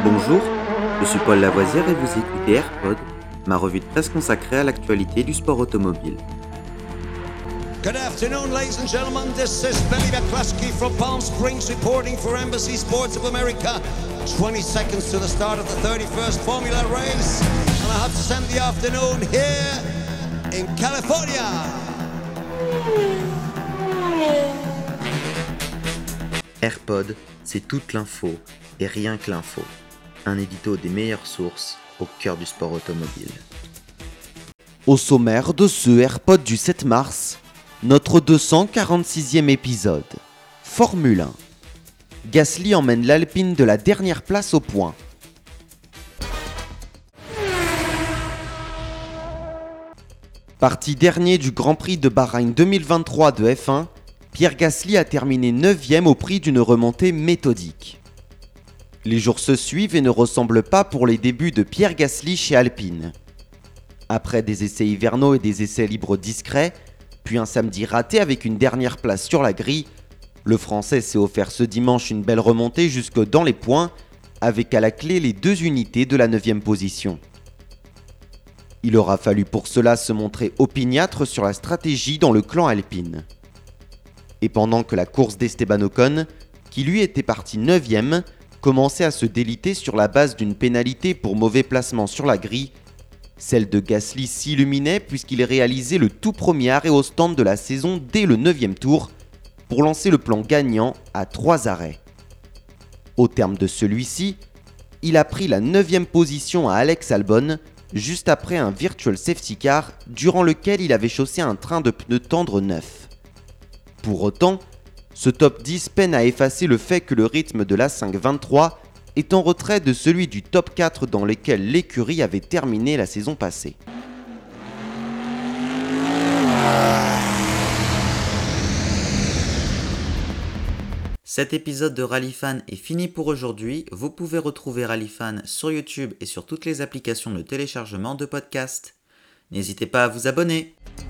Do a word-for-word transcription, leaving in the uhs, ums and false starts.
Bonjour, je suis Paul Lavoisière et vous écoutez AirPod, ma revue de presse consacrée à l'actualité du sport automobile. Good afternoon, ladies and gentlemen. This is Billy McCluskey from Palm Springs reporting for Embassy Sports of America. twenty seconds to the start of the thirty-first Formula race. And I have to spend the afternoon here in California. AirPod, c'est toute l'info et rien que l'info. Un édito des meilleures sources au cœur du sport automobile. Au sommaire de ce AirPod du sept mars, notre deux cent quarante-sixième épisode. Formule un. Gasly emmène l'Alpine de la dernière place au point. Parti dernier du Grand Prix de Bahreïn deux mille vingt-trois de F un, Pierre Gasly a terminé neuvième au prix d'une remontée méthodique. Les jours se suivent et ne ressemblent pas pour les débuts de Pierre Gasly chez Alpine. Après des essais hivernaux et des essais libres discrets, puis un samedi raté avec une dernière place sur la grille, le Français s'est offert ce dimanche une belle remontée jusque dans les points, avec à la clé les deux unités de la neuvième position. Il aura fallu pour cela se montrer opiniâtre sur la stratégie dans le clan Alpine. Et pendant que la course d'Esteban Ocon, qui lui était parti neuvième, commençait à se déliter sur la base d'une pénalité pour mauvais placement sur la grille, celle de Gasly s'illuminait puisqu'il réalisait le tout premier arrêt au stand de la saison dès le neuvième tour pour lancer le plan gagnant à trois arrêts. Au terme de celui-ci, il a pris la neuvième position à Alex Albon, juste après un virtual safety car durant lequel il avait chaussé un train de pneus tendres neuf. Pour autant, ce top dix peine à effacer le fait que le rythme de l'A cinq vingt-trois est en retrait de celui du top quatre dans lequel l'écurie avait terminé la saison passée. Cet épisode de Rallyfan est fini pour aujourd'hui. Vous pouvez retrouver Rallyfan sur YouTube et sur toutes les applications de téléchargement de podcasts. N'hésitez pas à vous abonner.